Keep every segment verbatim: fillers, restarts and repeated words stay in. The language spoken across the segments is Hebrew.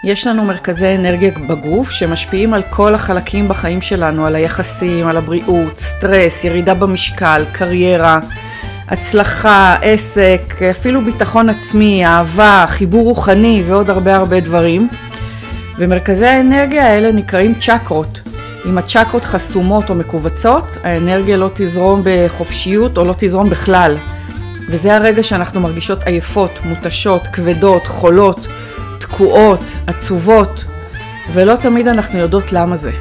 יש לנו מרכזי אנרגיה בגוף שמשפיעים על כל החלקים בחיים שלנו, על היחסים, על הבריאות, סטרס, ירידה במשקל, קריירה, הצלחה, עסק, אפילו ביטחון עצמי, אהבה, חיבור רוחני ועוד הרבה הרבה דברים. ומרכזי האנרגיה האלה נקראים צ'קרות. אם הצ'קרות חסומות או מקובצות, האנרגיה לא תזרום בחופשיות או לא תזרום בכלל. וזה הרגע שאנחנו מרגישות עייפות, מותשות, כבדות, חולות, תקועות, עצובות, ולא תמיד אנחנו יודעות למה זה.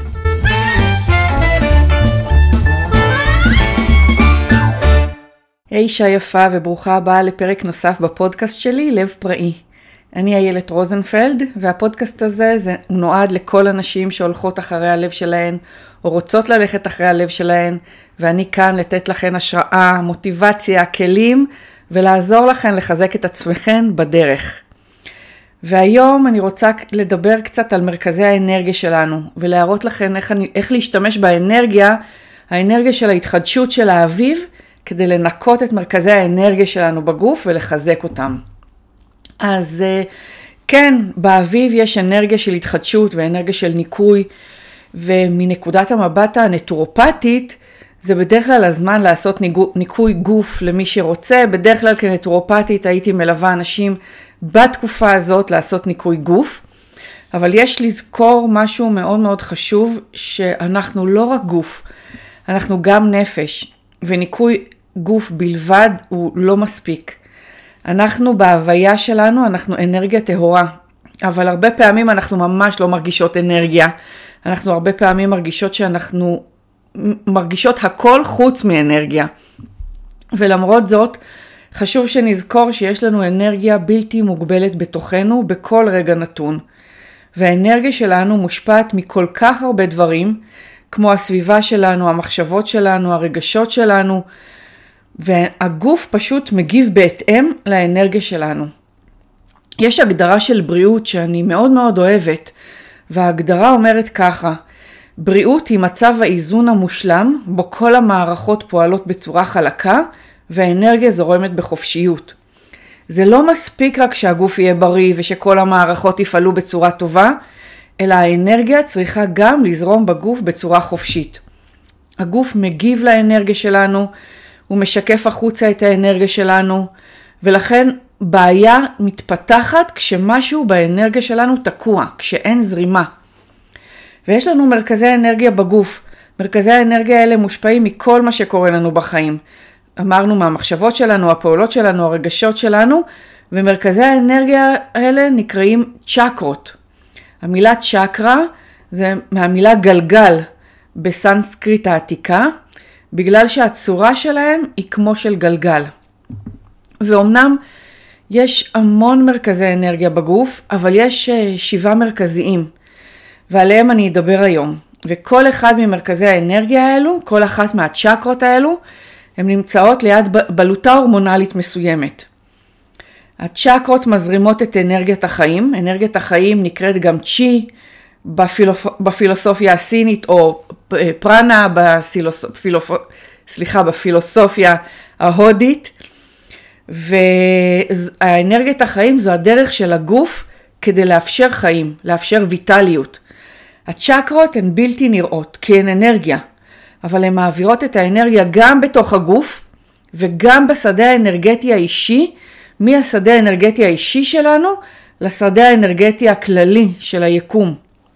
היי אישה יפה וברוכה הבאה לפרק נוסף בפודקאסט שלי, לב פראי. אני איילת רוזנפלד, והפודקאסט הזה זה, הוא נועד לכל הנשים שהולכות אחרי הלב שלהן, או רוצות ללכת אחרי הלב שלהן, ואני כאן לתת לכן השראה, מוטיבציה, כלים, ולעזור לכן לחזק את עצמכן בדרך. והיום אני רוצה לדבר קצת על מרכזי האנרגיה שלנו, ולהראות לכן איך, אני, איך להשתמש באנרגיה, האנרגיה של ההתחדשות של האביב, כדי לנקות את מרכזי האנרגיה שלנו בגוף ולחזק אותם. אז כן, באביב יש אנרגיה של התחדשות ואנרגיה של ניקוי, ומנקודת המבט הנטורופטית, זה בדרך כלל הזמן לעשות ניקוי גוף למי שרוצה. בדרך כלל כנטורופטית הייתי מלווה אנשים בתקופה הזאת לעשות ניקוי גוף, אבל יש לזכור משהו מאוד מאוד חשוב, שאנחנו לא רק גוף, אנחנו גם נפש, וניקוי גוף בלבד הוא לא מספיק. אנחנו בהוויה שלנו, אנחנו אנרגיה טהורה, אבל הרבה פעמים אנחנו ממש לא מרגישות אנרגיה. אנחנו הרבה פעמים מרגישות שאנחנו מרגישות הכל חוץ מאנרגיה. ולמרות זאת, חשוב שנזכור שיש לנו אנרגיה בלתי מוגבלת בתוכנו בכל רגע נתון. והאנרגיה שלנו מושפעת מכל כך הרבה דברים, כמו הסביבה שלנו, המחשבות שלנו, הרגשות שלנו, והגוף פשוט מגיב בהתאם לאנרגיה שלנו. יש הגדרה של בריאות שאני מאוד מאוד אוהבת, וההגדרה אומרת ככה: בריאות היא מצב האיזון המושלם, בו כל המערכות פועלות בצורה חלקה, והאנרגיה זורמת בחופשיות. זה לא מספיק רק שהגוף יהיה בריא ושכל המערכות יפעלו בצורה טובה, אלא האנרגיה צריכה גם לזרום בגוף בצורה חופשית. הגוף מגיב לאנרגיה שלנו, הוא משקף החוצה את האנרגיה שלנו, ולכן בעיה מתפתחת כשמשהו באנרגיה שלנו תקוע, כשאין זרימה. ויש לנו מרכזי אנרגיה בגוף. מרכזי האנרגיה האלה מושפעים מכל מה שקורה לנו בחיים. אמרנו מהמחשבות שלנו, הפעולות שלנו, הרגשות שלנו, ומרכזי האנרגיה האלה נקראים צ'קרות. המילה צ'קרה זה מהמילה גלגל בסנסקריט העתיקה, בגלל שהצורה שלהם היא כמו של גלגל. ואומנם יש המון מרכזי אנרגיה בגוף, אבל יש שבעה מרכזיים, ועליהם אני אדבר היום. וכל אחד ממרכזי האנרגיה האלו, כל אחת מהצ'קרות האלו, הן נמצאות ליד בלוטה הורמונלית מסוימת. הצ'קרות מזרימות את אנרגיית החיים. אנרגיית החיים נקראת גם צ'י בפילופ... בפילוסופיה הסינית, או פרנה בפילופ... סליחה, בפילוסופיה ההודית. והאנרגיית החיים זו הדרך של הגוף כדי לאפשר חיים, לאפשר ויטליות. הצ'קרות הן בלתי נראות, כי הן אנרגיה, אבל הן מעבירות את האנרגיה גם בתוך הגוף, וגם בשדה האנרגטי האישי, מהשדה האנרגטי האישי שלנו, לשדה האנרגטי הכללי של היקום.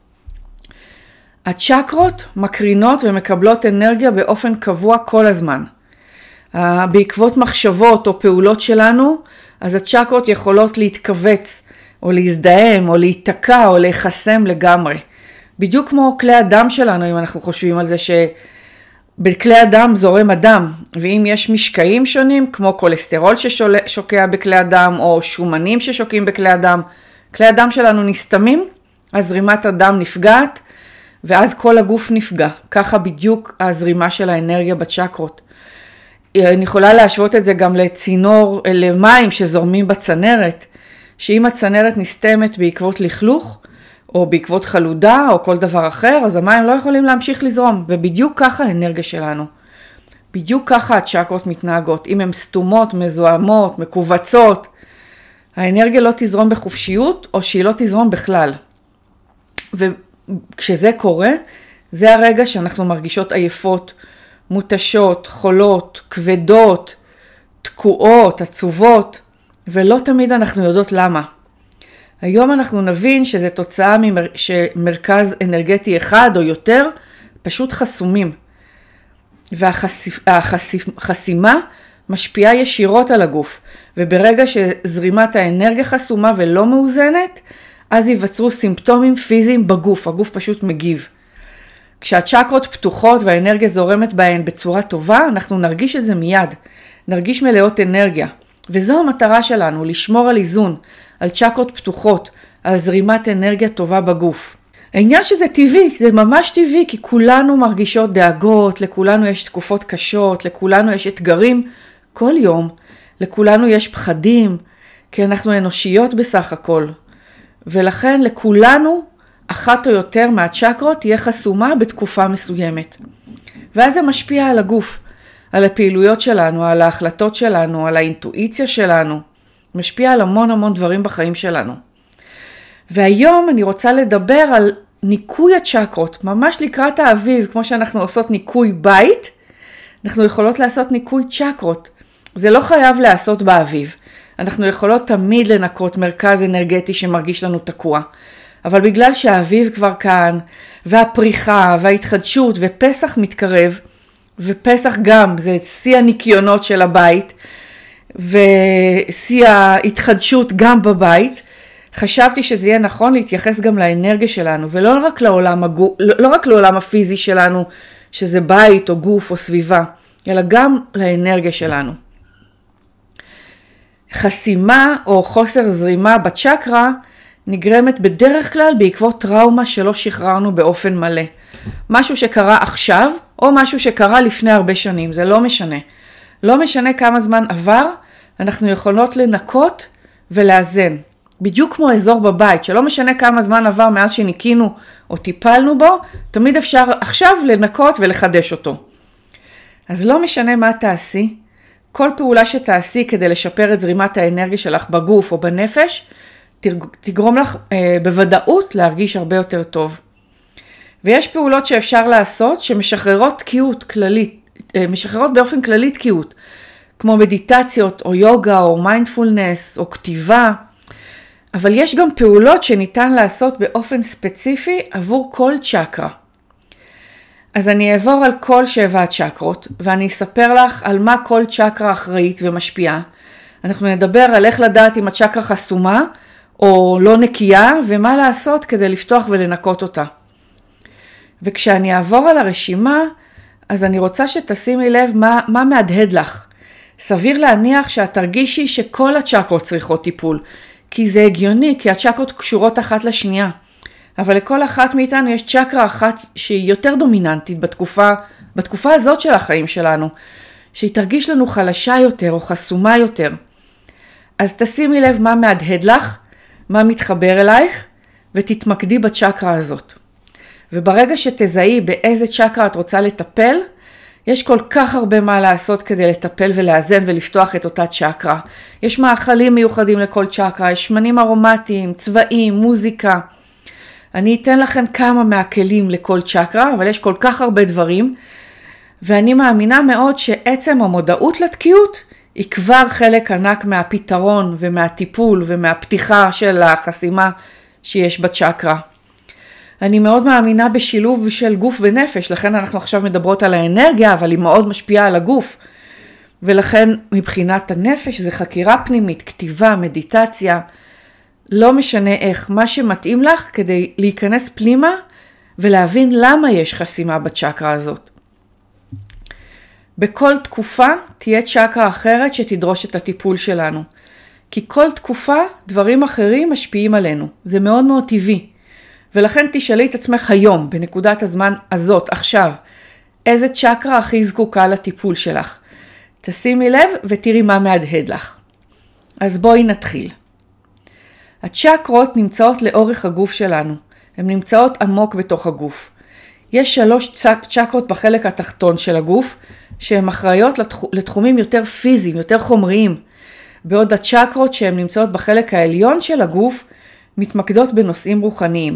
הצ'קרות מקרינות ומקבלות אנרגיה באופן קבוע כל הזמן. בעקבות מחשבות או פעולות שלנו, אז הצ'קרות יכולות להתכווץ, או להזדהם, או להיתקע, או להיחסם לגמרי. בדיוק כמו כלי הדם שלנו, אם אנחנו חושבים על זה שבכלי הדם זורם הדם, ואם יש משקעים שונים, כמו כולסטרול ששוקע בכלי הדם, או שומנים ששוקים בכלי הדם, כלי הדם שלנו נסתמים, אז זרימת הדם נפגעת, ואז כל הגוף נפגע. ככה בדיוק הזרימה של האנרגיה בצ'קרות. אני יכולה להשוות את זה גם לצינור, למים שזורמים בצנרת, שאם הצנרת נסתמת בעקבות לכלוך, או בעקבות חלודה, או כל דבר אחר, אז המים לא יכולים להמשיך לזרום, ובדיוק ככה האנרגיה שלנו. בדיוק ככה הצ'קרות מתנהגות. אם הן סתומות, מזוהמות, מקובצות, האנרגיה לא תזרום בחופשיות, או שהיא לא תזרום בכלל. וכשזה קורה, זה הרגע שאנחנו מרגישות עייפות, מותשות, חולות, כבדות, תקועות, עצובות, ולא תמיד אנחנו יודעות למה. היום אנחנו נבין שזה תוצאה ממר... שמרכז אנרגטי אחד או יותר פשוט חסומים. והחסימה משפיעה ישירות על הגוף, וברגע שזרימת האנרגיה חסומה ולא מאוזנת, אז ייווצרו סימפטומים פיזיים בגוף, הגוף פשוט מגיב. כשהצ'קרות פתוחות והאנרגיה זורמת בהן בצורה טובה, אנחנו נרגיש את זה מיד, נרגיש מלאות אנרגיה. וזו המטרה שלנו, לשמור על איזון, על צ'קרות פתוחות, על זרימת אנרגיה טובה בגוף. העניין שזה טבעי, זה ממש טבעי, כי כולנו מרגישות דאגות, לכולנו יש תקופות קשות, לכולנו יש אתגרים כל יום, לכולנו יש פחדים, כי אנחנו אנושיות בסך הכל. ולכן לכולנו, אחת או יותר מהצ'קרות תהיה חסומה בתקופה מסוימת. ואז זה משפיע על הגוף, על הפעילויות שלנו, על ההחלטות שלנו, על האינטואיציה שלנו. משפיע על המון המון דברים בחיים שלנו. והיום אני רוצה לדבר על ניקוי הצ'קרות, ממש לקראת האביב, כמו שאנחנו עושות ניקוי בית, אנחנו יכולות לעשות ניקוי צ'קרות. זה לא חייב לעשות באביב. אנחנו יכולות תמיד לנקות מרכז אנרגטי שמרגיש לנו תקוע. אבל בגלל שהאביב כבר כאן, והפריחה וההתחדשות ופסח מתקרב, ופסח גם זה שיא הניקיונות של הבית, ושיא ההתחדשות גם בבית, חשבתי שזה יהיה נכון להתייחס גם לאנרגיה שלנו, ולא רק לעולם, הגו, לא רק לעולם הפיזי שלנו, שזה בית או גוף או סביבה, אלא גם לאנרגיה שלנו. חסימה או חוסר זרימה בצ'קרה נגרמת בדרך כלל בעקבות טראומה שלא שחררנו באופן מלא. משהו שקרה עכשיו או משהו שקרה לפני הרבה שנים, זה לא משנה. לא משנה כמה זמן עבר, אנחנו יכולות לנקות ולאזן. בדיוק כמו אזור בבית, שלא משנה כמה זמן עבר מאז שניקינו או טיפלנו בו, תמיד אפשר עכשיו לנקות ולחדש אותו. אז לא משנה מה תעשי, כל פעולה שתעשי כדי לשפר את זרימת האנרגיה שלך בגוף או בנפש, תגרום לך אה, בוודאות להרגיש הרבה יותר טוב. ויש פעולות שאפשר לעשות שמשחררות תקיעות כללית, אה, משחררות באופן כללי תקיעות, כמו מדיטציות או יוגה או מיינדפולנס או כתיבה, אבל יש גם פעולות שניתן לעשות באופן ספציפי עבור כל צ'קרה. אז אני אעבור על כל שבע הצ'קרות, ואני אספר לך על מה כל צ'קרה אחראית ומשפיעה. אנחנו נדבר על איך לדעת אם הצ'קרה חסומה או לא נקייה, ומה לעשות כדי לפתוח ולנקות אותה. וכשאני אעבור על הרשימה, אז אני רוצה שתשימי לב מה, מה מהדהד לך. סביר להניח שאת תרגישי שכל הצ'קרות צריכות טיפול, כי זה הגיוני, כי הצ'קרות קשורות אחת לשנייה. אבל לכל אחת מאיתנו יש צ'קרה אחת שהיא יותר דומיננטית בתקופה, בתקופה הזאת של החיים שלנו, שהיא תרגיש לנו חלשה יותר או חסומה יותר. אז תשימי לב מה מהדהד לך, מה מתחבר אלייך, ותתמקדי בצ'קרה הזאת. וברגע שתזהי באיזה צ'קרה את רוצה לטפל, יש כל כך הרבה מה לעשות כדי לטפל ולאזן ולפתוח את אותה צ'קרה. יש מאכלים מיוחדים לכל צ'קרה, יש שמנים ארומטיים, צבעים, מוזיקה. אני אתן לכם כמה מהכלים לכל צ'קרה, אבל יש כל כך הרבה דברים, ואני מאמינה מאוד שעצם המודעות לתקיעות היא כבר חלק ענק מהפתרון ומהטיפול ומהפתיחה של החסימה שיש בצ'קרה. אני מאוד מאמינה בשילוב של גוף ונפש, לכן אנחנו עכשיו מדברות על האנרגיה, אבל היא מאוד משפיעה על הגוף. ולכן מבחינת הנפש זה חקירה פנימית, כתיבה, מדיטציה, לא משנה איך, מה שמתאים לך כדי להיכנס פנימה ולהבין למה יש חסימה בצ'קרה הזאת. בכל תקופה תהיה צ'קרה אחרת שתדרוש את הטיפול שלנו. כי כל תקופה דברים אחרים משפיעים עלינו. זה מאוד מאוד טבעי. ולכן תשאלי את עצמך היום, בנקודת הזמן הזאת, עכשיו, איזה צ'קרה הכי זקוקה לטיפול שלך. תשימי לב ותראי מה מהדהד לך. אז בואי נתחיל. הצ'קרות נמצאות לאורך הגוף שלנו. הן נמצאות עמוק בתוך הגוף. יש שלוש צ'קרות בחלק התחתון של הגוף, שהן אחראיות לתחומים יותר פיזיים, יותר חומריים. בעוד הצ'קרות שהן נמצאות בחלק העליון של הגוף, מתמקדות בנושאים רוחניים.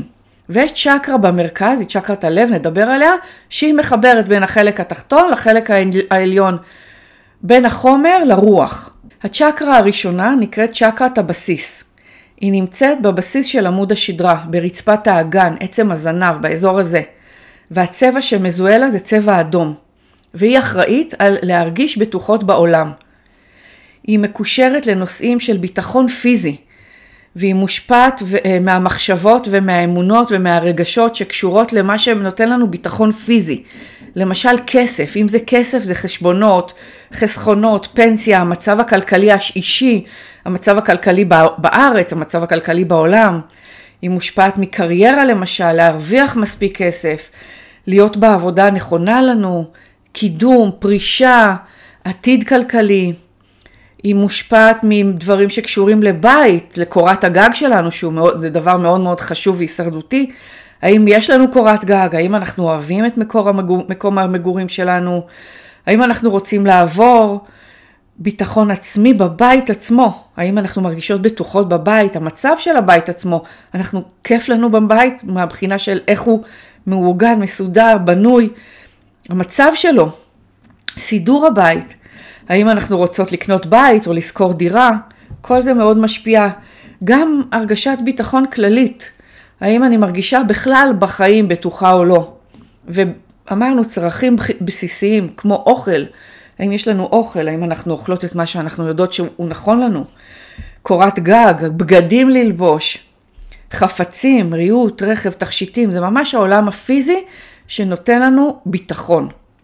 ויש צ'קרה במרכז, היא צ'קרת הלב, נדבר עליה, שהיא מחברת בין החלק התחתון לחלק העליון, בין החומר לרוח. הצ'קרה הראשונה נקראת צ'קרת הבסיס. היא נמצאת בבסיס של עמוד השדרה, ברצפת האגן, עצם הזנב, באזור הזה. והצבע שמזוהה לה זה צבע אדום. והיא אחראית על להרגיש בטוחות בעולם. היא מקושרת לנושאים של ביטחון פיזי, והיא מושפעת מהמחשבות ומהאמונות ומהרגשות שקשורות למה שנותן לנו ביטחון פיזי. למשל כסף, אם זה כסף זה חשבונות, חסכונות, פנסיה, המצב הכלכלי האישי, המצב הכלכלי בארץ, המצב הכלכלי בעולם. היא מושפעת מקריירה למשל, להרוויח מספיק כסף, להיות בעבודה הנכונה לנו, קידום, פרישה, עתיד כלכלי. היא מושפעת מדברים שקשורים לבית, לקורת הגג שלנו, שזה דבר מאוד מאוד חשוב והישרדותי. האם יש לנו קורת גג? האם אנחנו אוהבים את מקור המגור, מקום המגורים שלנו? האם אנחנו רוצים לעבור? ביטחון עצמי בבית עצמו. האם אנחנו מרגישות בטוחות בבית? המצב של הבית עצמו. אנחנו, כיף לנו בבית מהבחינה של איך הוא מאורגן, מסודר, בנוי. המצב שלו, סידור הבית. האם אנחנו רוצות לקנות בית או לשכור דירה? כל זה מאוד משפיע. גם הרגשת ביטחון כללית. האם אני מרגישה בכלל בחיים בטוחה או לא? ואמרנו צרכים בסיסיים כמו אוכל. האם יש לנו אוכל? האם אנחנו אוכלות את מה שאנחנו יודעות שהוא נכון לנו? קורת גג, בגדים ללבוש, חפצים, ריהוט, רכב, תכשיטים. זה ממש העולם הפיזי שנותן לנו ביטחון.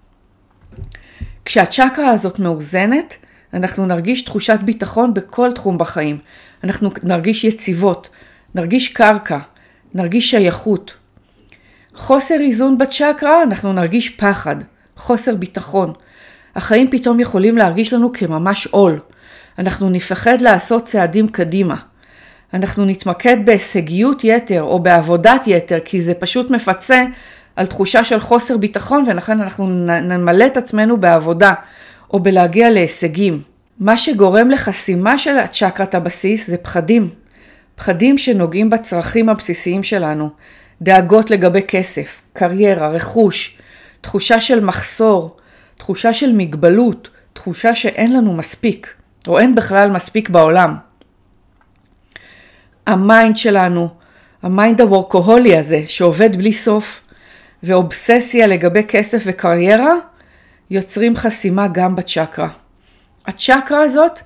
כשהצ'קרה הזאת מאוזנת, אנחנו נרגיש תחושת ביטחון בכל תחום בחיים. אנחנו נרגיש יציבות, נרגיש קרקע, נרגיש שייכות. חוסר איזון בצ'קרה, אנחנו נרגיש פחד, חוסר ביטחון. החיים פתאום יכולים להרגיש לנו כממש עול. אנחנו נפחד לעשות צעדים קדימה. אנחנו נתמקד בהישגיות יתר או בעבודת יתר, כי זה פשוט מפצה על תחושה של חוסר ביטחון, ולכן אנחנו נמלא את עצמנו בעבודה או בלהגיע להישגים. מה שגורם לחסימה של הצ'קרת הבסיס זה פחדים. פחדים שנוגעים בצרכים הבסיסיים שלנו. דאגות לגבי כסף, קריירה, רכוש, תחושה של מחסור, תחושה של מגבלות, תחושה שאין לנו מספיק, או אין בכלל מספיק בעולם. המיינד שלנו, המיינד הוורקוהולי הזה, שעובד בלי סוף, ואובססיה לגבי כסף וקריירה, יוצרים חסימה גם בצ'קרה. הצ'קרה הזאת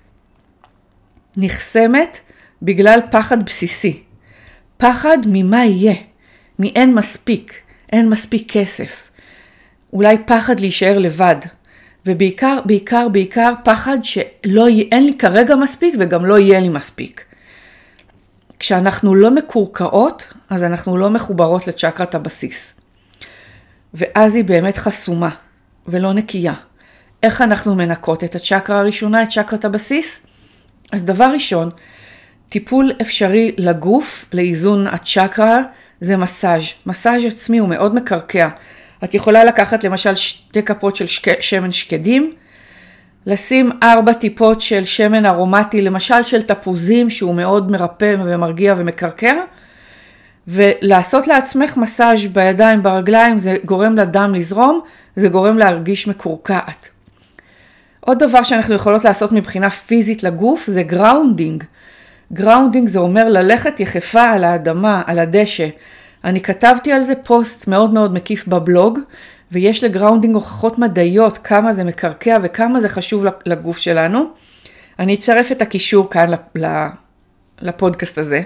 נחסמת בגלל פחד בסיסי. פחד ממה יהיה, מאין מספיק, אין מספיק כסף. אולי פחד להישאר לבד, ובעיקר, בעיקר, בעיקר פחד שלא יהיה, אין לי כרגע מספיק וגם לא יהיה לי מספיק. כשאנחנו לא מקורקעות, אז אנחנו לא מחוברות לצ'קרת הבסיס. ואז היא באמת חסומה ולא נקייה. איך אנחנו מנקות את הצ'קרה הראשונה, את צ'קרת הבסיס? אז דבר ראשון, טיפול אפשרי לגוף, לאיזון הצ'קרה, זה מסאז'. מסאז' עצמי הוא מאוד מקרקע. את יכולה לקחת למשל שתי כפות של שק... שמן שקדים, לשים ארבע טיפות של שמן ארומטי, למשל של תפוזים, שהוא מאוד מרפא ומרגיע ומקרקע, ולעשות לעצמך מסאז' בידיים, ברגליים, זה גורם לדם לזרום, זה גורם להרגיש מקורקעת. עוד דבר שאנחנו יכולות לעשות מבחינה פיזית לגוף, זה גראונדינג. גראונדינג זה אומר ללכת יחפה על האדמה, על הדשא. אני כתבתי על זה פוסט מאוד מאוד מקיף בבלוג, ויש לגראונדינג הוכחות מדעיות כמה זה מקרקע וכמה זה חשוב לגוף שלנו. אני אצרף את הקישור כאן לפודקאסט הזה.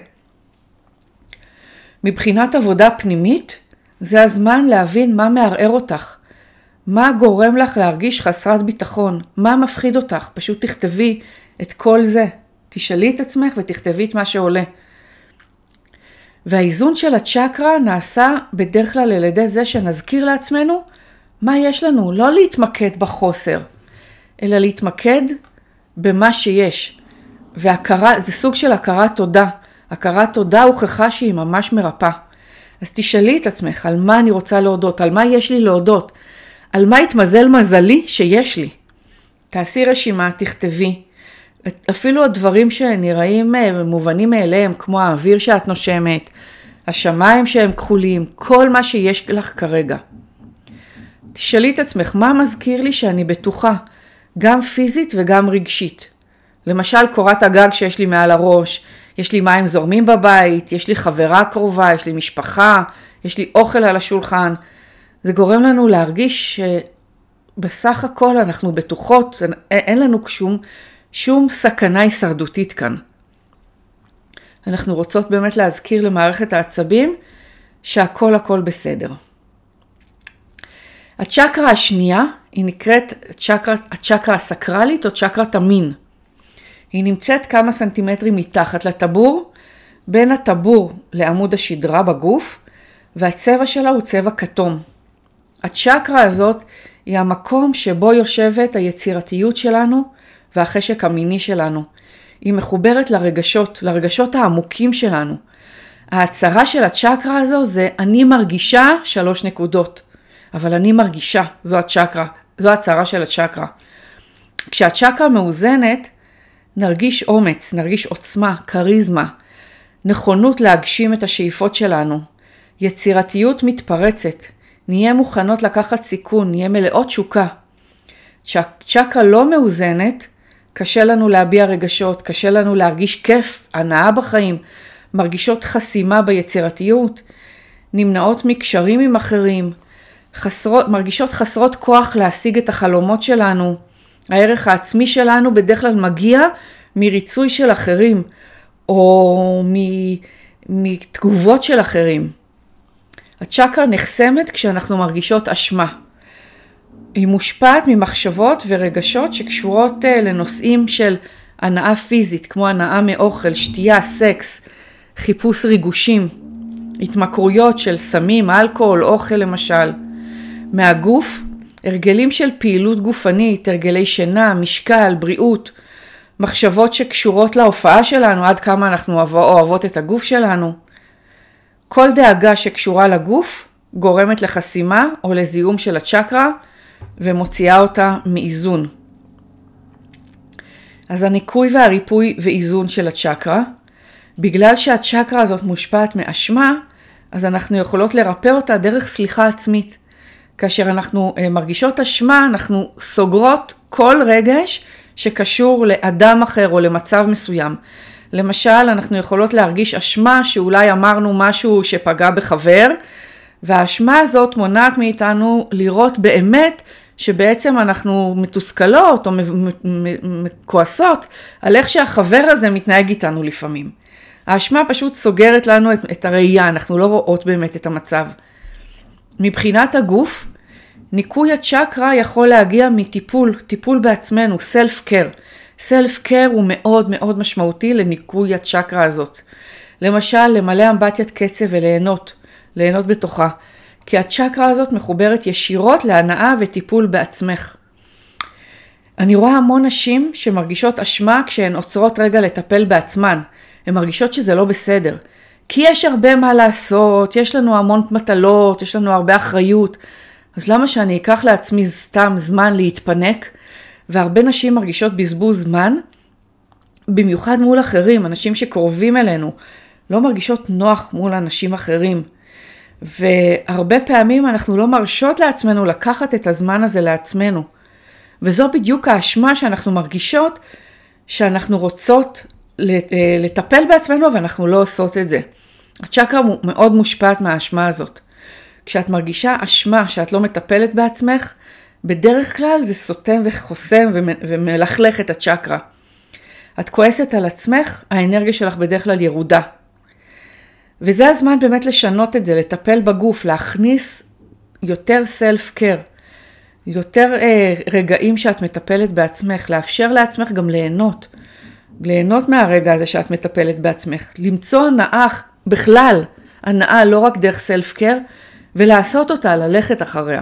מבחינת עבודה פנימית, זה הזמן להבין מה מערער אותך. מה גורם לך להרגיש חסרת ביטחון? מה מפחיד אותך? פשוט תכתבי את כל זה. תשאלי את עצמך ותכתבי את מה שעולה. והאיזון של הצ'קרה נעשה בדרך כלל על ידי זה שנזכיר לעצמנו מה יש לנו. לא להתמקד בחוסר, אלא להתמקד במה שיש. והכרה, זה סוג של הכרת תודה. הכרת תודה הוכחה שהיא ממש מרפא. אז תשאלי את עצמך על מה אני רוצה להודות, על מה יש לי להודות, על מה התמזל מזלי שיש לי. תעשי רשימה, תכתבי. אפילו הדברים שנראים מובנים מאליהם, כמו האוויר שאת נושמת, השמיים שהם כחולים, כל מה שיש לך כרגע. תשאלי את עצמך, מה מזכיר לי שאני בטוחה, גם פיזית וגם רגשית? למשל, קורת הגג שיש לי מעל הראש, יש לי מים זורמים בבית, יש לי חברה קרובה, יש לי משפחה, יש לי אוכל על השולחן. זה גורם לנו להרגיש שבסך הכל אנחנו בטוחות, אין לנו שום, שום סכנה הישרדותית כאן. אנחנו רוצות באמת להזכיר למערכת העצבים שהכל הכל בסדר. הצ'קרה השנייה היא נקראת הצ'קרה, הצ'קרה הסקרלית או צ'קרת המין. היא נמצאת כמה סנטימטרים מתחת לטבור, בין הטבור לעמוד השדרה בגוף, והצבע שלה הוא צבע כתום. הצ'קרה הזאת היא המקום שבו יושבת היצירתיות שלנו והחשק המיני שלנו. היא מחוברת לרגשות, לרגשות העמוקים שלנו. ההצהרה של הצ'קרה הזו זה אני מרגישה שלוש נקודות. אבל אני מרגישה, זו הצ'קרה, זו הצהרה של הצ'קרה. כשהצ'קרה מאוזנת, נרגיש אומץ, נרגיש עוצמה, קריזמה, נכונות להגשים את השאיפות שלנו, יצירתיות מתפרצת, נהיה מוכנות לקחת סיכון, נהיה מלאות תשוקה. כשהצ'קרה לא מאוזנת, קשה לנו להביע רגשות, קשה לנו להרגיש כיף, הנאה בחיים, מרגישות חסימה ביצירתיות, נמנעות מקשרים עם אחרים, חסרות, מרגישות חסרות כוח להשיג את החלומות שלנו. הערך העצמי שלנו בדרך כלל מגיע מריצוי של אחרים, או מתגובות של אחרים. הצ'קרה נחסמת כשאנחנו מרגישות אשמה. היא מושפעת ממחשבות ורגשות שקשורות לנושאים של הנאה פיזית, כמו הנאה מאוכל, שתייה, סקס, חיפוש ריגושים, התמכרויות של סמים, אלכוהול, אוכל למשל. מהגוף, הרגלים של פעילות גופנית, הרגלי שינה, משקל, בריאות, מחשבות שקשורות להופעה שלנו, עד כמה אנחנו אוהבות את הגוף שלנו. כל דאגה שקשורה לגוף גורמת לחסימה או לזיהום של הצ'קרה ומוציאה אותה מאיזון. אז הניקוי והריפוי ואיזון של הצ'קרה, בגלל שהצ'קרה הזאת מושפעת מאשמה, אז אנחנו יכולות לרפא אותה דרך סליחה עצמית. כאשר אנחנו מרגישות אשמה, אנחנו סוגרות כל רגש שקשור לאדם אחר או למצב מסוים. למשל, אנחנו יכולות להרגיש אשמה שאולי אמרנו משהו שפגע בחבר, והאשמה הזאת מונעת מאיתנו לראות באמת שבעצם אנחנו מתוסכלות או כועסות על איך שהחבר הזה מתנהג איתנו לפעמים. האשמה פשוט סוגרת לנו את, את הראייה, אנחנו לא רואות באמת את המצב. מבחינת הגוף, ניקוי הצ'קרה יכול להגיע מטיפול, טיפול בעצמנו, self-care. self-care הוא מאוד מאוד משמעותי לניקוי הצ'קרה הזאת. למשל, למלא אמבטיית קצב וליהנות, ליהנות בתוכה. כי הצ'קרה הזאת מחוברת ישירות להנאה וטיפול בעצמך. אני רואה המון נשים שמרגישות אשמה כשהן עוצרות רגע לטפל בעצמן. הן מרגישות שזה לא בסדר. כי יש הרבה מה לעשות, יש לנו המון מטלות, יש לנו הרבה אחריות. אז למה שאני אקח לעצמי סתם זמן להתפנק? והרבה נשים מרגישות בזבוז זמן, במיוחד מול אחרים, אנשים שקרובים אלינו, לא מרגישות נוח מול אנשים אחרים. והרבה פעמים אנחנו לא מרשות לעצמנו לקחת את הזמן הזה לעצמנו. וזו בדיוק האשמה שאנחנו מרגישות, שאנחנו רוצות לטפל בעצמנו ואנחנו לא עושות את זה. הצ'קרה מאוד מושפעת מהאשמה הזאת. כשאת מרגישה אשמה שאת לא מטפלת בעצמך, בדרך כלל זה סותם וחוסם ומלכלך את הצ'קרה. את כועסת על עצמך, האנרגיה שלך בדרך כלל ירודה. וזה הזמן באמת לשנות את זה, לטפל בגוף, להכניס יותר self-care, יותר אה, רגעים שאת מטפלת בעצמך, לאפשר לעצמך גם ליהנות. ליהנות מהרגע הזה שאת מטפלת בעצמך, למצוא הנאה בכלל, הנאה לא רק דרך self-care, ולעשות אותה, ללכת אחריה.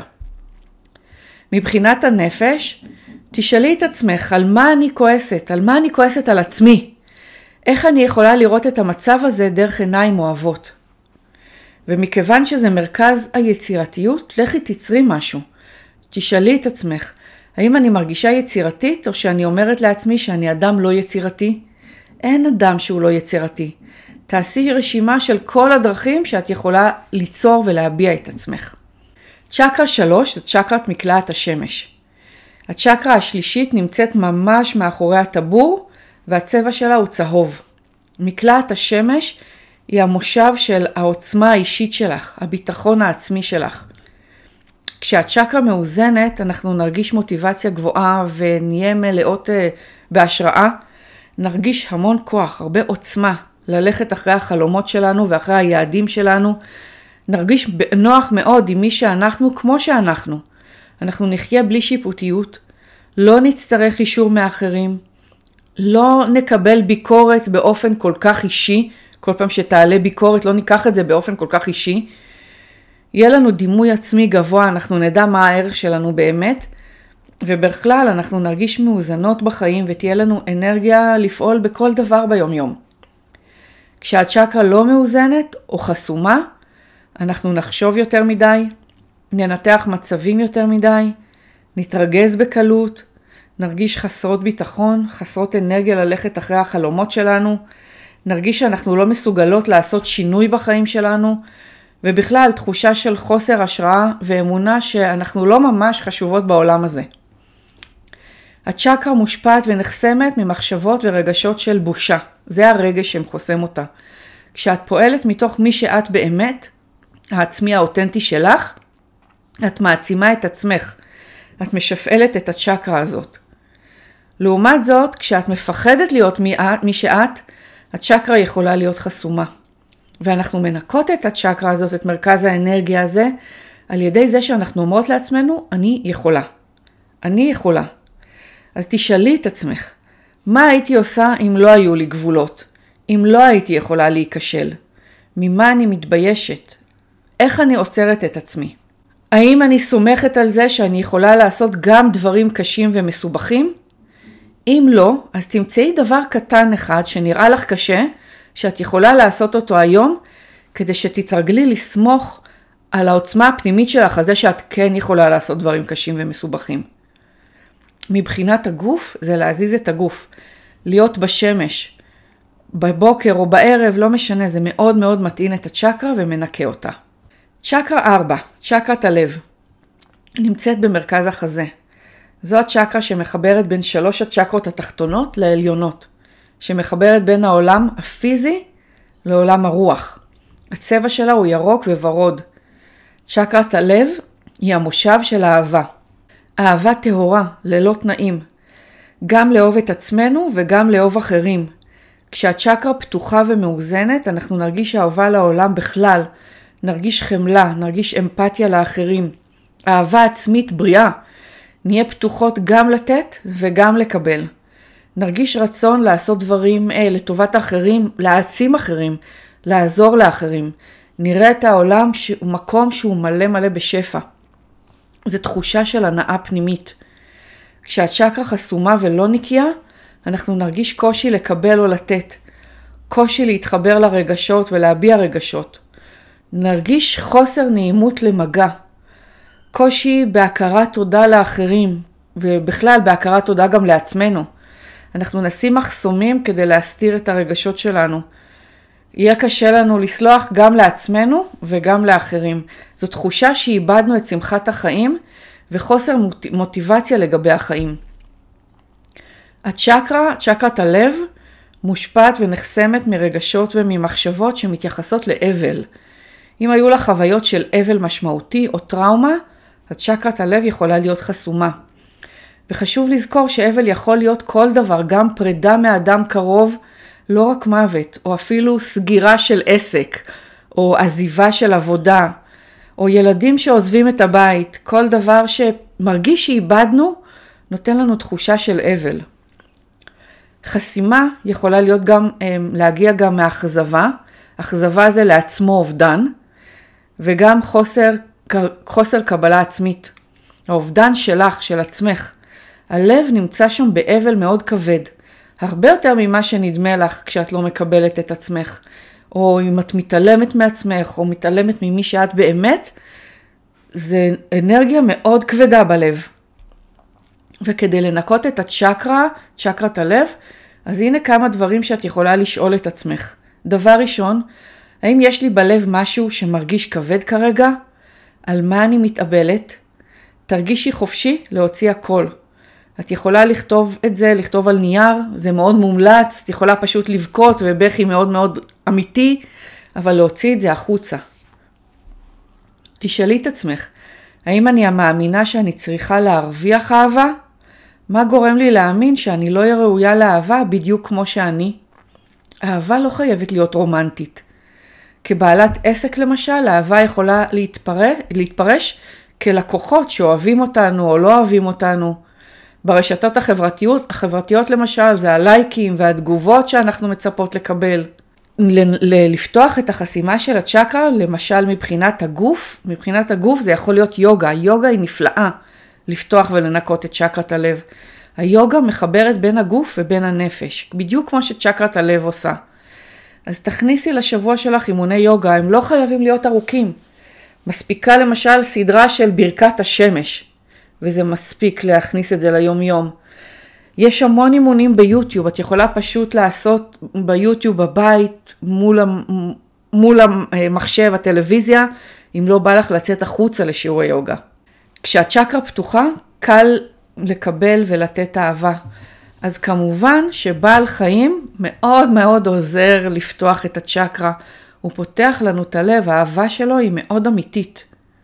מבחינת הנפש, תשאלי את עצמך על מה אני כועסת, על מה אני כועסת על עצמי. איך אני יכולה לראות את המצב הזה דרך עיניים אוהבות. ומכיוון שזה מרכז היצירתיות, לכי תצרי משהו. תשאלי את עצמך, האם אני מרגישה יצירתית או שאני אומרת לעצמי שאני אדם לא יצירתי? אין אדם שהוא לא יצירתי. תעשי רשימה של כל הדרכים שאת יכולה ליצור ולהביע את עצמך. צ'קרה שלוש זה צ'קרת מקלעת השמש. הצ'קרה השלישית נמצאת ממש מאחורי הטבור, והצבע שלה הוא צהוב. מקלעת השמש היא המושב של העוצמה האישית שלך, הביטחון העצמי שלך. כשהצ'קרה מאוזנת, אנחנו נרגיש מוטיבציה גבוהה ונהיה מלאות בהשראה. נרגיש המון כוח, הרבה עוצמה, ללכת אחרי החלומות שלנו ואחרי היעדים שלנו. נרגיש נוח מאוד עם מי שאנחנו כמו שאנחנו. אנחנו נחיה בלי שיפוטיות, לא נצטרך אישור מאחרים, לא נקבל ביקורת באופן כל כך אישי, כל פעם שתעלה ביקורת לא ניקח את זה באופן כל כך אישי. יהיה לנו דימוי עצמי גבוה, אנחנו נדע מה הערך שלנו באמת, ובכלל אנחנו נרגיש מאוזנות בחיים ותהיה לנו אנרגיה לפעול בכל דבר ביום יום. כשהצ'קרה לא מאוזנת או חסומה, אנחנו נחשוב יותר מדי, ננתח מצבים יותר מדי, נתרגז בקלות, נרגיש חסרות ביטחון, חסרות אנרגיה ללכת אחרי החלומות שלנו, נרגיש שאנחנו לא מסוגלות לעשות שינוי בחיים שלנו, ובכלל תחושה של חוסר השראה ואמונה שאנחנו לא ממש חשובות בעולם הזה. הצ'קרה מושפעת ונחסמת ממחשבות ורגשות של בושה. זה הרגש שמחוסם אותה. כשאת פועלת מתוך מי שאת באמת, העצמי האותנטי שלך, את מעצימה את עצמך. את משפעלת את הצ'קרה הזאת. לעומת זאת, כשאת מפחדת להיות מי, מי שאת, הצ'קרה יכולה להיות חסומה. ואנחנו מנקות את הצ'קרה הזאת, את מרכז האנרגיה הזה, על ידי זה שאנחנו אומרות לעצמנו, אני יכולה. אני יכולה. אז תשאלי את עצמך, מה הייתי עושה אם לא היו לי גבולות? אם לא הייתי יכולה להיכשל? ממה אני מתביישת? איך אני עוצרת את עצמי? האם אני סומכת על זה שאני יכולה לעשות גם דברים קשים ומסובכים? אם לא, אז תמצאי דבר קטן אחד שנראה לך קשה, שאת יכולה לעשות אותו היום, כדי שתתרגלי לסמוך על העוצמה הפנימית שלך, על זה שאת כן יכולה לעשות דברים קשים ומסובכים. מבחינת הגוף, זה להזיז את הגוף. להיות בשמש, בבוקר או בערב, לא משנה, זה מאוד מאוד מטעין את הצ'קרה ומנקה אותה. צ'קרה ארבע, צ'קרת הלב, נמצאת במרכז החזה. זו הצ'קרה שמחברת בין שלוש הצ'קרות התחתונות לעליונות, שמחברת בין העולם הפיזי לעולם הרוח. הצבע שלה הוא ירוק וורוד. צ'קרת הלב היא המושב של האהבה. אהבה טהורה, ללא תנאים. גם לאהוב את עצמנו וגם לאהוב אחרים. כשהצ'קרה פתוחה ומאוזנת, אנחנו נרגיש אהבה לעולם בכלל. נרגיש חמלה, נרגיש אמפתיה לאחרים. אהבה עצמית בריאה. נהיה פתוחות גם לתת וגם לקבל. נרגיש רצון לעשות דברים אה, לטובת אחרים, להעצים אחרים, לעזור לאחרים. נראה את העולם שהוא מקום שהוא מלא מלא בשפע. זו תחושה של הנאה פנימית. כשהצ'קרה חסומה ולא נקייה, אנחנו נרגיש קושי לקבל או לתת. קושי להתחבר לרגשות ולהביע רגשות. נרגיש חוסר נעימות למגע. קושי בהכרת תודה לאחרים, ובכלל בהכרת תודה גם לעצמנו. אנחנו נשים מחסומים כדי להסתיר את הרגשות שלנו. יהיה קשה לנו לסלוח גם לעצמנו וגם לאחרים. זו תחושה שאיבדנו את שמחת החיים וחוסר מוטיבציה לגבי החיים. הצ'קרה, צ'קרת הלב, מושפעת ונחסמת מרגשות וממחשבות שמתייחסות לאבל. אם היו לה חוויות של אבל משמעותי או טראומה, הצ'קרת הלב יכולה להיות חסומה. וחשוב לזכור שאבל יכול להיות כל דבר, גם פרידה מאדם קרוב, לא רק מוות, או אפילו סגירה של עסק, או עזיבה של עבודה, או ילדים שעוזבים את הבית. כל דבר שמרגיש שאיבדנו, נותן לנו תחושה של אבל. חסימה יכולה להיות גם, להגיע גם מאכזבה. אכזבה זה לעצמו אובדן, וגם חוסר, חוסר קבלה עצמית. האובדן שלך, של עצמך. הלב נמצא שם באבל מאוד כבד. הרבה יותר ממה שנדמה לך כשאת לא מקבלת את עצמך. או אם את מתעלמת מעצמך, או מתעלמת ממי שאת באמת, זה אנרגיה מאוד כבדה בלב. וכדי לנקות את הצ'קרה, צ'קרת הלב, אז הנה כמה דברים שאת יכולה לשאול את עצמך. דבר ראשון, האם יש לי בלב משהו שמרגיש כבד כרגע? על מה אני מתאבלת? תרגישי חופשי להוציא הכל. את יכולה לכתוב את זה, לכתוב על נייר, זה מאוד מומלץ, את יכולה פשוט לבכות ובכי מאוד מאוד אמיתי, אבל להוציא את זה החוצה. תשאלי את עצמך, האם אני המאמינה שאני צריכה להרוויח אהבה? מה גורם לי להאמין שאני לא אהיה ראויה לאהבה בדיוק כמו שאני? אהבה לא חייבת להיות רומנטית. כבעלת עסק למשל, אהבה יכולה להתפרש, להתפרש כלקוחות שאוהבים אותנו או לא אוהבים אותנו. ברשתות החברתיות, החברתיות למשל, זה הלייקים והתגובות שאנחנו מצפות לקבל. ל- לפתוח את החסימה של הצ'קרה, למשל מבחינת הגוף, מבחינת הגוף זה יכול להיות יוגה. יוגה היא נפלאה לפתוח ולנקות את צ'קרת הלב. היוגה מחברת בין הגוף ובין הנפש, בדיוק כמו שצ'קרת הלב עושה. אז תכניסי לשבוע שלך אימוני יוגה, הם לא חייבים להיות ארוכים. מספיקה למשל סדרה של ברכת השמש, וזה מספיק להכניס את זה ליום יום. יש המון אימונים ביוטיוב, את יכולה פשוט לעשות ביוטיוב בבית, מול, מול המחשב, הטלוויזיה, אם לא בא לך לצאת החוצה לשיעורי יוגה. כשהצ'קרה פתוחה, קל לקבל ולתת אהבה. אז כמובן שבעל חיים מאוד מאוד עוזר לפתוח את הצ'קרה. הוא פותח לנו את הלב, האהבה שלו היא מאוד אמיתית.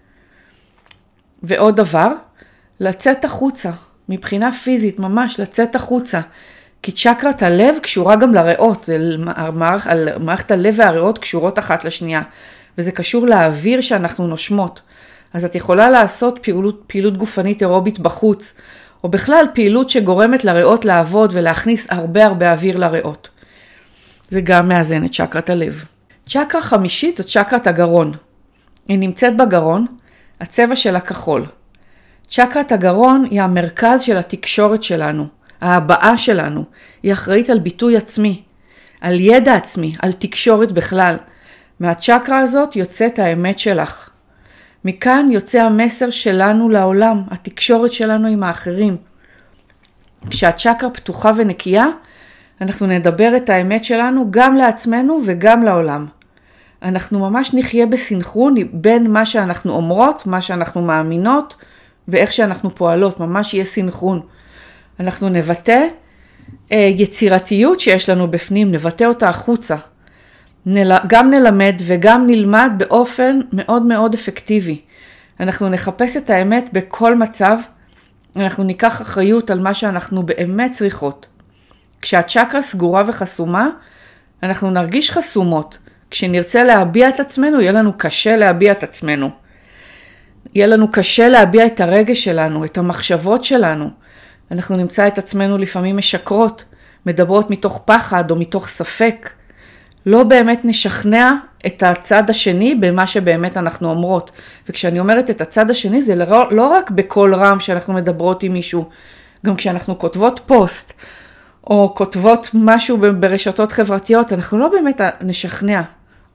ועוד דבר, לצאת החוצה, מבחינה פיזית ממש לצאת החוצה. כי צ'קרת הלב קשורה גם לריאות, מערכ, מערכת הלב והריאות קשורות אחת לשנייה. וזה קשור לאוויר שאנחנו נושמות. אז את יכולה לעשות פעילות, פעילות גופנית אירובית בחוץ, או בכלל פעילות שגורמת לריאות לעבוד ולהכניס הרבה הרבה אוויר לריאות. זה גם מאזן את צ'קרת הלב. צ'קרה חמישית זאת צ'קרת הגרון. היא נמצאת בגרון, הצבע שלה כחול. צ'קרת הגרון היא המרכז של התקשורת שלנו, ההבעה שלנו. היא אחראית על ביטוי עצמי, על ידע עצמי, על תקשורת בכלל. מהצ'קרה הזאת יוצאת האמת שלך. מכאן יוצא המסר שלנו לעולם, התקשורת שלנו עם האחרים. כשהצ'קרה פתוחה ונקייה, אנחנו נדבר את האמת שלנו גם לעצמנו וגם לעולם. אנחנו ממש נחיה בסינכרון בין מה שאנחנו אומרות, מה שאנחנו מאמינות, ואיך שאנחנו פועלות, ממש יהיה סינכרון. אנחנו נבטא אה, יצירתיות שיש לנו בפנים, נבטא אותה החוצה. נל... גם נלמד וגם נלמד באופן מאוד מאוד אפקטיבי. אנחנו נחפש את האמת בכל מצב, אנחנו ניקח אחריות על מה שאנחנו באמת צריכות. כשהצ'קרה סגורה וחסומה, אנחנו נרגיש חסומות. כשנרצה להביע את עצמנו, יהיה לנו קשה להביע את עצמנו. יהיה לנו קשה להביע את הרגש שלנו, את המחשבות שלנו. אנחנו נמצא את עצמנו לפעמים משקרות, מדברות מתוך פחד או מתוך ספק. לא באמת נשכנע את הצד השני במה שבאמת אנחנו אומרות. וכשאני אומרת את הצד השני, זה לא, לא רק בקול רם שאנחנו מדברות עם מישהו, גם כשאנחנו כותבות פוסט, או כותבות משהו ברשתות חברתיות, אנחנו לא באמת נשכנע.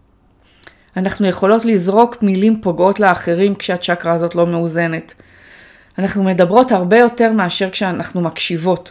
אנחנו יכולות לזרוק מילים פוגעות לאחרים כשהצ'קרה הזאת לא מאוזנת. אנחנו מדברות הרבה יותר מאשר כשאנחנו מקשיבות.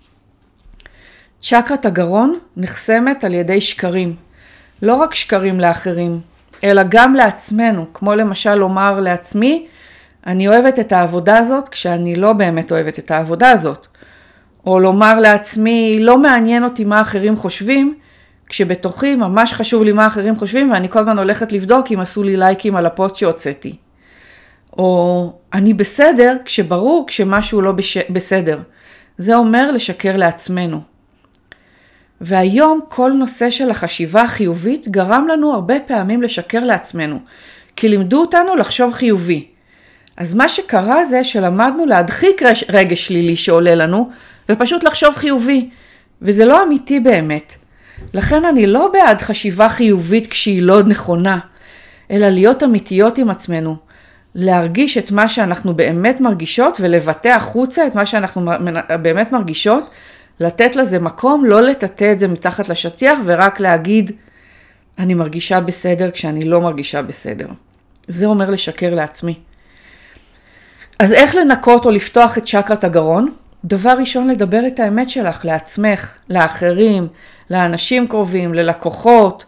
צ'קרת הגרון נחסמת על ידי שקרים. לא רק שקרים לאחרים, אלא גם לעצמנו. כמו למשל לומר לעצמי, אני אוהבת את העבודה הזאת כשאני לא באמת אוהבת את העבודה הזאת. או לומר לעצמי, לא מעניין אותי מה אחרים חושבים, כשבתוכי ממש חשוב לי מה אחרים חושבים, ואני כל הזמן הולכת לבדוק אם עשו לי לייקים על הפוסט שהוצאתי. או אני בסדר כשברור כשמשהו לא בש... בסדר. זה אומר לשקר לעצמנו. והיום כל נושא של החשיבה החיובית גרם לנו הרבה פעמים לשקר לעצמנו, כי לימדו אותנו לחשוב חיובי. אז מה שקרה זה שלמדנו להדחיק רגש שלילי שעולה לנו, ופשוט לחשוב חיובי, וזה לא אמיתי באמת. לכן אני לא בעד חשיבה חיובית כשהיא לא נכונה, אלא להיות אמיתיות עם עצמנו, להרגיש את מה שאנחנו באמת מרגישות, ולבטא החוצה את מה שאנחנו באמת מרגישות, לתת לזה מקום, לא לטאטא את זה מתחת לשטיח, ורק להגיד, אני מרגישה בסדר כשאני לא מרגישה בסדר. זה אומר לשקר לעצמי. אז איך לנקות או לפתוח את צ'קרת הגרון? דבר ראשון, לדבר את האמת שלך לעצמך, לאחרים, לאנשים קרובים, ללקוחות,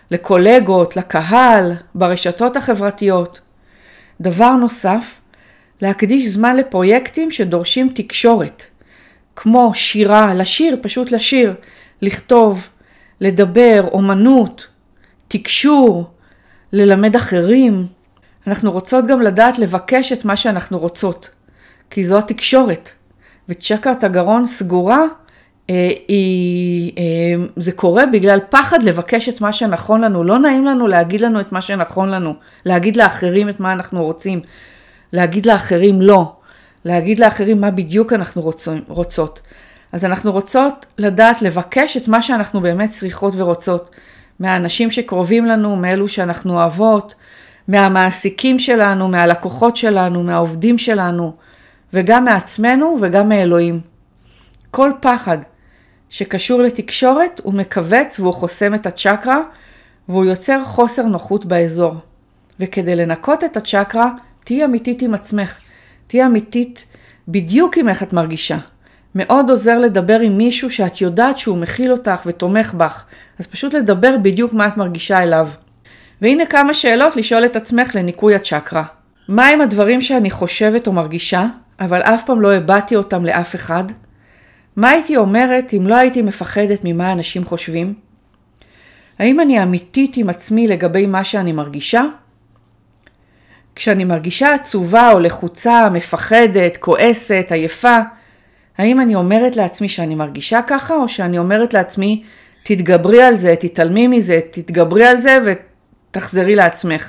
לקולגות, לקהל, ברשתות החברתיות. דבר נוסף, להקדיש זמן לפרויקטים שדורשים תקשורת, כמו שירה, לשיר, פשוט לשיר, לכתוב, לדבר, אומנות, תקשור, ללמד אחרים. אנחנו רוצות גם לדעת לבקש את מה שאנחנו רוצות, כי זו התקשורת. וצ'קרת הגרון סגורה, אה, היא, אה, זה קורה בגלל פחד לבקש את מה שנכון לנו. לא נעים לנו להגיד לנו את מה שנכון לנו, להגיד לאחרים את מה אנחנו רוצים, להגיד לאחרים לא, להגיד לאחרים מה בדיוק אנחנו רוצות. רוצות. אז אנחנו רוצות לדעת לבקש את מה שאנחנו באמת צריכות ורוצות, מהאנשים שקרובים לנו, מאלו שאנחנו אוהבות, מהמעסיקים שלנו, מהלקוחות שלנו, מהעובדים שלנו, וגם מעצמנו וגם מאלוהים. כל פחד שקשור לתקשורת הוא מקבץ והוא חוסם את הצ'קרה, והוא יוצר חוסר נוחות באזור. וכדי לנקות את הצ'קרה, תהי אמיתית עם עצמך. תהי אמיתית בדיוק עם איך את מרגישה. מאוד עוזר לדבר עם מישהו שאת יודעת שהוא מכיל אותך ותומך בך. אז פשוט לדבר בדיוק מה את מרגישה אליו. והנה כמה שאלות לשאול את עצמך לניקוי הצ'קרה. מה הם הדברים שאני חושבת או מרגישה, אבל אף פעם לא הבאתי אותם לאף אחד? מה הייתי אומרת אם לא הייתי מפחדת ממה אנשים חושבים? האם אני אמיתית עם עצמי לגבי מה שאני מרגישה? כשאני מרגישה עצובה או לחוצה, מפחדת, כועסת, עייפה, האם אני אומרת לעצמי שאני מרגישה ככה, או שאני אומרת לעצמי, תתגברי על זה, תתעלמי מזה, תתגברי על זה ותחזרי לעצמך?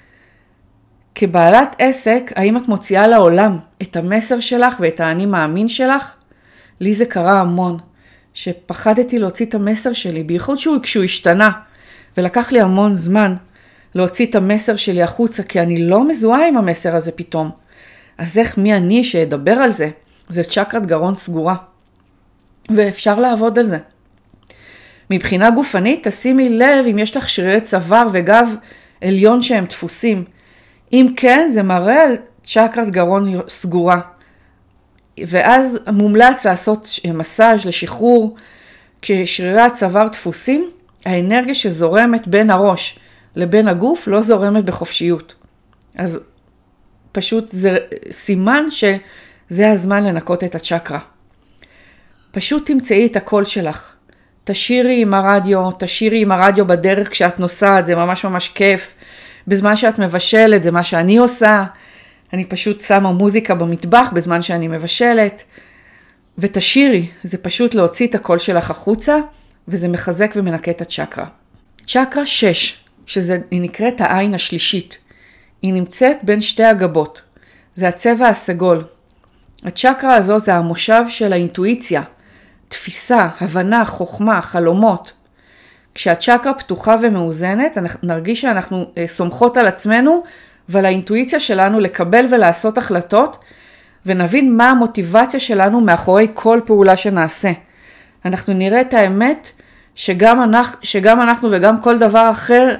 כבעלת עסק, האם את מוציאה לעולם את המסר שלך ואת האני מאמין שלך? לי זה קרה המון, שפחדתי להוציא את המסר שלי, בייחוד שהוא, כשהוא השתנה, ולקח לי המון זמן להוציא את המסר שלי החוצה, כי אני לא מזוהה עם המסר הזה פתאום. אז איך מי אני שאדבר על זה? זה צ'קרת גרון סגורה, ואפשר לעבוד על זה. מבחינה גופנית, תשימי לב אם יש לך שרירי צוואר וגב עליון שהם דפוסים. אם כן, זה מראה על צ'קרת גרון סגורה. ואז מומלץ לעשות מסאז' לשחרור. כששרירי הצוואר דפוסים, האנרגיה שזורמת בין הראש לבין הגוף לא זורמת בחופשיות. אז פשוט זה סימן שזה הזמן לנקות את הצ'קרה. פשוט תמצאי את הקול שלך. תשירי עם הרדיו, תשירי עם הרדיו בדרך כשאת נוסעת, זה ממש ממש כיף. בזמן שאת מבשלת, זה מה שאני עושה. אני פשוט שמה מוזיקה במטבח בזמן שאני מבשלת. ותשירי, זה פשוט להוציא את הקול שלך החוצה, וזה מחזק ומנקה את הצ'קרה. צ'קרה שש, שזה, היא נקראת העין השלישית. היא נמצאת בין שתי הגבות. זה הצבע הסגול. הצ'קרה הזו זה המושב של האינטואיציה, תפיסה, הבנה, חוכמה, חלומות. כשהצ'קרה פתוחה ומאוזנת, נרגיש שאנחנו סומכות על עצמנו ועל האינטואיציה שלנו לקבל ולעשות החלטות, ונבין מה המוטיבציה שלנו מאחורי כל פעולה שנעשה. אנחנו נראה את האמת שגם אנחנו, שגם אנחנו וגם כל דבר אחר,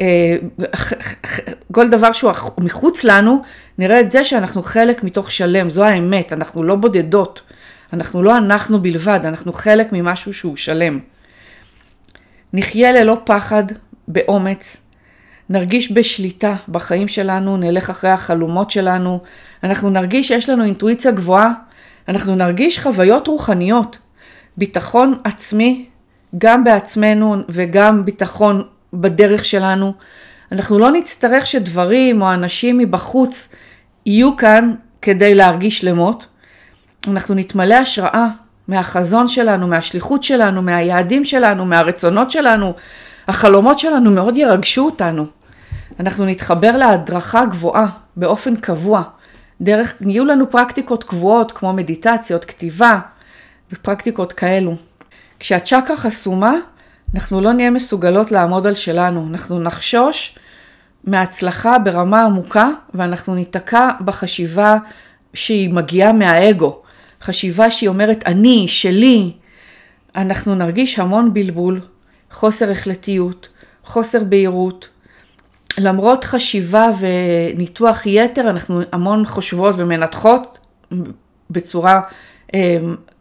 כל דבר שהוא מחוץ לנו, נראה את זה שאנחנו חלק מתוך שלם. זו האמת, אנחנו לא בודדות. אנחנו לא אנחנו בלבד, אנחנו חלק ממשהו שהוא שלם. נחיה ללא פחד, באומץ, נרגיש בשליטה בחיים שלנו, נלך אחרי החלומות שלנו, אנחנו נרגיש שיש לנו אינטואיציה גבוהה, אנחנו נרגיש חוויות רוחניות, ביטחון עצמי, גם בעצמנו וגם ביטחון בדרך שלנו. אנחנו לא נצטרך שדברים או אנשים מבחוץ יהיו כאן כדי להרגיש שלמות. אנחנו נתמלא השראה מהחזון שלנו, מהשליחות שלנו, מהיעדים שלנו, מהרצונות שלנו. החלומות שלנו מאוד ירגשו אותנו. אנחנו נתחבר להדרכה גבוהה באופן קבוע. דרך, יהיו לנו פרקטיקות קבועות כמו מדיטציות, כתיבה ופרקטיקות כאלו. כשהצ'קרה חסומה, אנחנו לא נהיה מסוגלות לעמוד על שלנו. אנחנו נחשוש מהצלחה ברמה עמוקה, ואנחנו ניתקע בחשיבה שהיא מגיעה מהאגו. חשיבה שהיא אומרת אני, שלי. אנחנו נרגיש המון בלבול, חוסר החלטיות, חוסר בהירות. למרות חשיבה וניתוח יתר, אנחנו המון חושבות ומנתחות בצורה אה,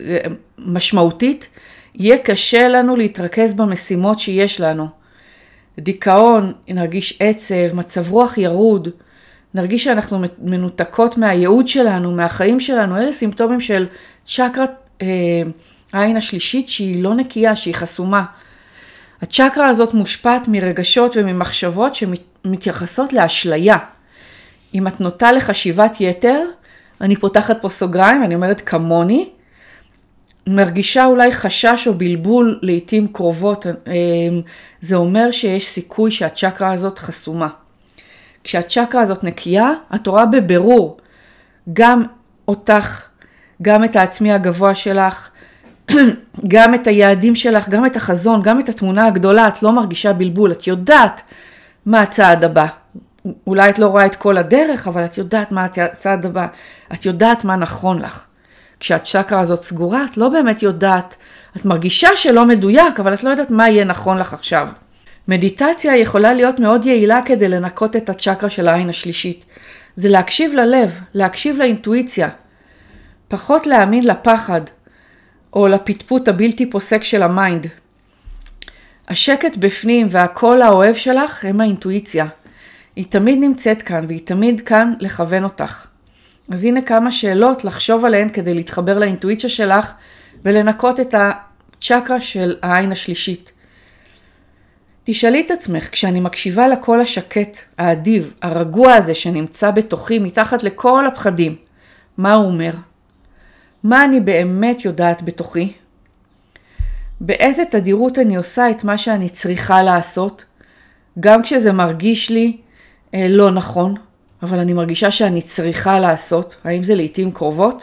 משמעותית. יהיה קשה לנו להתרכז במשימות שיש לנו. דיכאון, נרגיש עצב, מצב רוח ירוד, נרגיש שאנחנו מנותקות מהייעוד שלנו, מהחיים שלנו. אלה סימפטומים של צ'קרת אה, העין השלישית שהיא לא נקייה, שהיא חסומה. הצ'קרה הזאת מושפעת מרגשות וממחשבות שמתייחסות לאשליה. אם את נוטה לחשיבת יתר, אני פותחת פה סוגריים, אני אומרת כמוני, מרגישה אולי חשש או בלבול לעתים קרובות, זה אומר שיש סיכוי שהצ'קרה הזאת חסומה. כשהצ'קרה הזאת נקייה, את רואה בבירור גם אותך, גם את העצמי הגבוה שלך, גם את היעדים שלך, גם את החזון, גם את התמונה הגדולה. את לא מרגישה בלבול, את יודעת מה הצעד הבא. אולי את לא רואה את כל הדרך, אבל את יודעת מה הצעד הבא. את יודעת מה נכון לך. כשהצ'קרה הזאת סגורה, את לא באמת יודעת. את מרגישה שלא מדויק, אבל את לא יודעת מה יהיה נכון לך עכשיו. מדיטציה יכולה להיות מאוד יעילה כדי לנקות את הצ'קרה של העין השלישית. זה להקשיב ללב, להקשיב לאינטואיציה. פחות להאמין לפחד, או לפטפוט הבלתי פוסק של המיינד. השקט בפנים והקול האוהב שלך הם האינטואיציה. היא תמיד נמצאת כאן, והיא תמיד כאן לכוון אותך. אז הנה כמה שאלות לחשוב עליהן כדי להתחבר לאינטואיציה שלך, ולנקות את הצ'קרה של העין השלישית. תשאלי את עצמך, כשאני מקשיבה לקול השקט, האדיב, הרגוע הזה שנמצא בתוכי, מתחת לכל הפחדים, מה הוא אומר? מה אני באמת יודעת בתוכי? באיזה תדירות אני עושה את מה שאני צריכה לעשות? גם כשזה מרגיש לי אה, לא נכון, אבל אני מרגישה שאני צריכה לעשות. האם זה לעתים קרובות?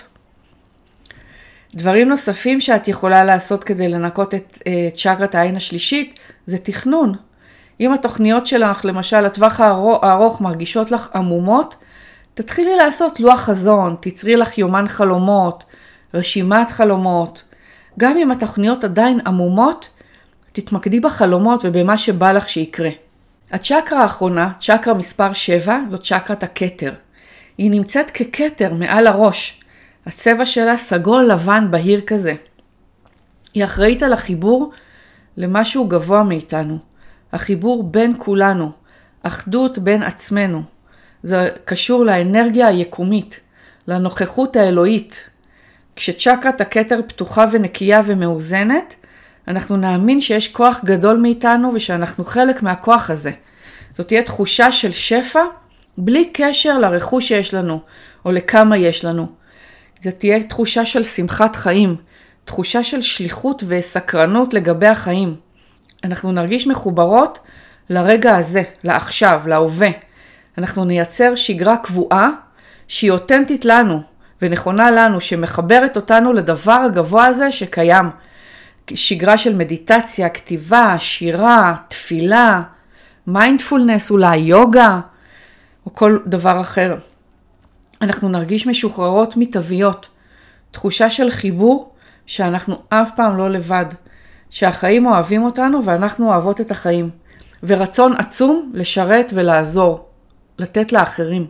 דברים נוספים שאת יכולה לעשות כדי לנקות את אה, צ'קרת העין השלישית, זה תכנון. אם התוכניות שלך, למשל, לטווח הארוך, הארוך מרגישות לך עמומות, תתחילי לעשות לוח חזון, תצרי לך יומן חלומות, רשימת חלומות. גם אם התוכניות עדיין עמומות, תתמקדי בחלומות ובמה שבא לך שיקרה. הצ'קרה האחרונה, צ'קרה מספר שבע, זאת צ'קרת הכתר. היא נמצאת ככתר מעל הראש. הצבע שלה סגול לבן בהיר כזה. היא אחראית על החיבור למשהו גבוה מאיתנו. החיבור בין כולנו. אחדות בין עצמנו. זה קשור לאנרגיה היקומית, לנוכחות האלוהית. כשצ'קרת הכתר פתוחה ונקייה ומאוזנת, אנחנו נאמין שיש כוח גדול מאיתנו ושאנחנו חלק מהכוח הזה. זאת תהיה תחושה של שפע בלי קשר לרכוש שיש לנו או לכמה יש לנו. זאת תהיה תחושה של שמחת חיים, תחושה של שליחות וסקרנות לגבי החיים. אנחנו נרגיש מחוברות לרגע הזה, לעכשיו, להווה. אנחנו נייצר שגרה קבועה שהיא אותנטית לנו ונכונה לנו, שמחברת אותנו לדבר הגבוה הזה שקיים. שגרה של מדיטציה, כתיבה, שירה, תפילה, מיינדפולנס, אולי יוגה, או כל דבר אחר. אנחנו נרגיש משוחררות מתוויות, תחושה של חיבור שאנחנו אף פעם לא לבד, שהחיים אוהבים אותנו ואנחנו אוהבות את החיים, ורצון עצום לשרת ולעזור, לתת לאחרים.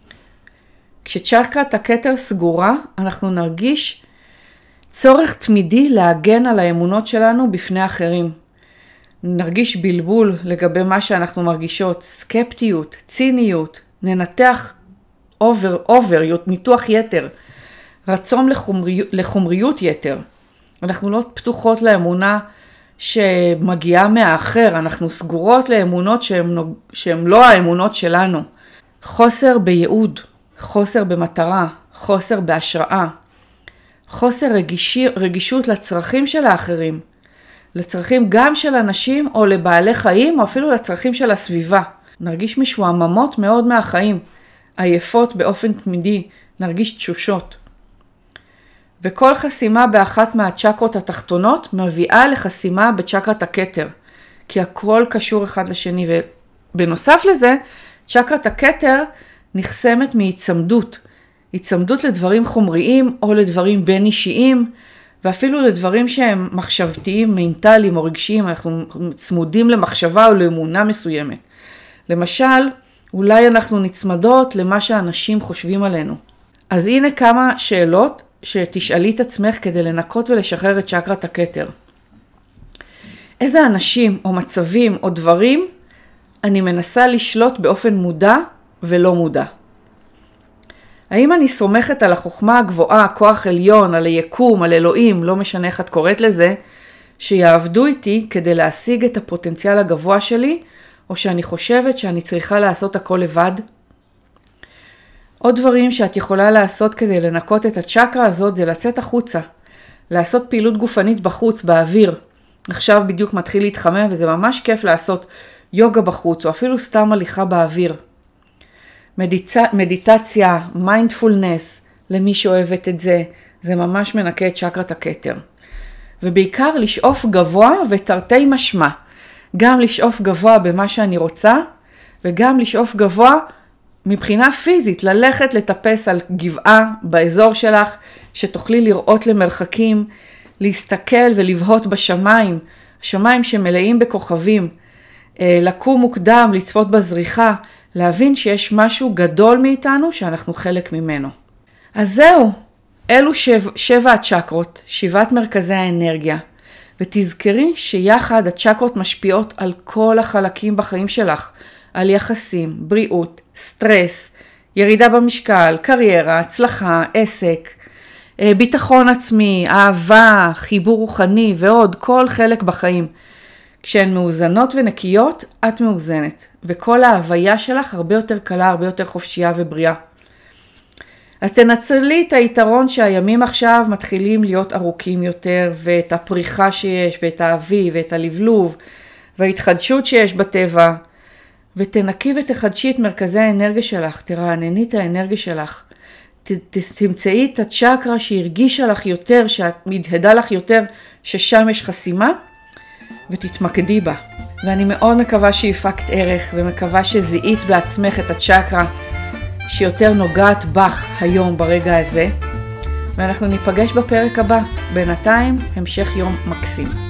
כשצ'קרת הכתר סגורה, אנחנו נרגיש צורך תמידי להגן על האמונות שלנו בפני אחרים. נרגיש בלבול לגבי מה שאנחנו מרגישות, סקפטיות, ציניות, ננתח אובר, אובר, ניתוח יתר, רצון לחומריות, לחומריות יתר. אנחנו לא פתוחות לאמונה שמגיעה מהאחר, אנחנו סגורות לאמונות שהן, שהן לא האמונות שלנו. חוסר בייעוד, חוסר במטרה, חוסר בהשראה, חוסר רגישי, רגישות לצרכים של האחרים, לצרכים גם של אנשים או לבעלי חיים או אפילו לצרכים של הסביבה. נרגיש משועממות מאוד מהחיים, עייפות באופן תמידי, נרגיש תשושות. וכל חסימה באחת מהצ'קרות התחתונות מביאה לחסימה בצ'קרת הכתר, כי הכל קשור אחד לשני. ובנוסף לזה, צ'קרת הכתר נחסמת מהצמדות, הצמדות לדברים חומריים או לדברים בין אישיים, ואפילו לדברים שהם מחשבתיים, מנטליים או רגשיים. אנחנו צמודים למחשבה או לאמונה מסוימת. למשל, אולי אנחנו נצמדות למה שאנשים חושבים עלינו. אז הנה כמה שאלות שתשאלי את עצמך כדי לנקות ולשחרר את צ'קרת הכתר. איזה אנשים או מצבים או דברים אני מנסה לשלוט באופן מודע ולא מודע? האם אני סומכת על החוכמה הגבוהה, כוח עליון, על היקום, על אלוהים, לא משנה איך את קוראת לזה, שיעבדו איתי כדי להשיג את הפוטנציאל הגבוה שלי, או שאני חושבת שאני צריכה לעשות הכל לבד? עוד דברים שאת יכולה לעשות כדי לנקות את הצ'קרה הזאת זה לצאת החוצה, לעשות פעילות גופנית בחוץ, באוויר. עכשיו בדיוק מתחיל להתחמם וזה ממש כיף לעשות יוגה בחוץ או אפילו סתם הליכה באוויר. מדיצ... מדיטציה, מיינדפולנס, למי שאוהבת את זה, זה ממש מנקה את צ'קרת הכתר. ובעיקר לשאוף גבוה ותרתי משמע. גם לשאוף גבוה במה שאני רוצה, וגם לשאוף גבוה מבחינה פיזית, ללכת לטפס על גבעה באזור שלך, שתוכלי לראות למרחקים, להסתכל ולבהות בשמיים, שמיים שמלאים בכוכבים, לקום מוקדם, לצפות בזריחה, להבין שיש משהו גדול מאיתנו שאנחנו חלק ממנו. אז זהו, אלו שבע, שבע הצ'קרות, שבעת מרכזי האנרגיה, ותזכרי שיחד הצ'קרות משפיעות על כל החלקים בחיים שלך, על יחסים, בריאות, סטרס, ירידה במשקל, קריירה, הצלחה, עסק, ביטחון עצמי, אהבה, חיבור רוחני ועוד, כל חלק בחיים. כשהן מאוזנות ונקיות, את מאוזנת, וכל ההוויה שלך הרבה יותר קלה, הרבה יותר חופשייה ובריאה. אז תנצלי את היתרון שהימים עכשיו מתחילים להיות ארוכים יותר, ואת הפריחה שיש, ואת האביב, ואת הלבלוב, וההתחדשות שיש בטבע, ותנקי ותחדשי את מרכזי האנרגיה שלך, תרענני את האנרגיה שלך, ת, ת, תמצאי את הצ'קרה שהרגישה לך יותר, שאת מתהדה לך יותר, ששם יש חסימה, ותתמקדי בה. ואני מאוד מקווה שהפקת ערך, ומקווה שזיהית בעצמך את הצ'קרה, שיותר נוגעת בך היום ברגע הזה, ואנחנו ניפגש בפרק הבא. בינתיים, המשך יום מקסים.